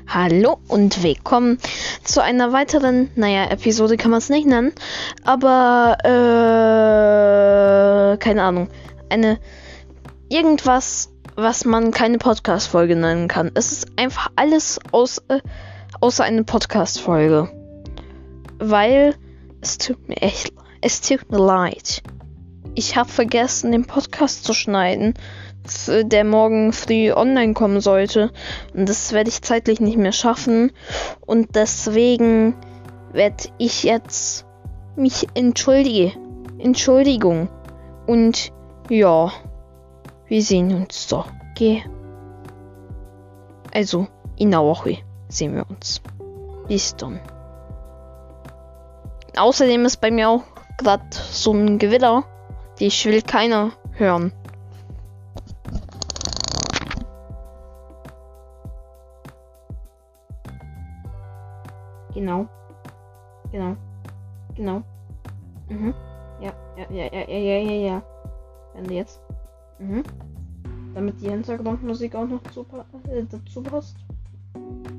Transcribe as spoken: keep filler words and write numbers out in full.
Hallo und willkommen zu einer weiteren, naja, Episode kann man es nicht nennen, aber, äh, keine Ahnung, eine, irgendwas, was man keine Podcast-Folge nennen kann. Es ist einfach alles aus, äh, außer eine Podcast-Folge, weil es tut mir echt, es tut mir leid. Ich habe vergessen, den Podcast zu schneiden, der morgen früh online kommen sollte. Und das werde ich zeitlich nicht mehr schaffen. Und deswegen werde ich jetzt mich entschuldigen. Entschuldigung. Und ja, wir sehen uns doch. Okay. Also, in der Woche sehen wir uns. Bis dann. Außerdem ist bei mir auch gerade so ein Gewitter. Ich will keiner hören. Genau. Genau. Genau. Mhm. Ja, ja, ja, ja, ja, ja, ja, ja. Und jetzt. Mhm. Damit die Hintergrundmusik auch noch zu, äh, dazu passt.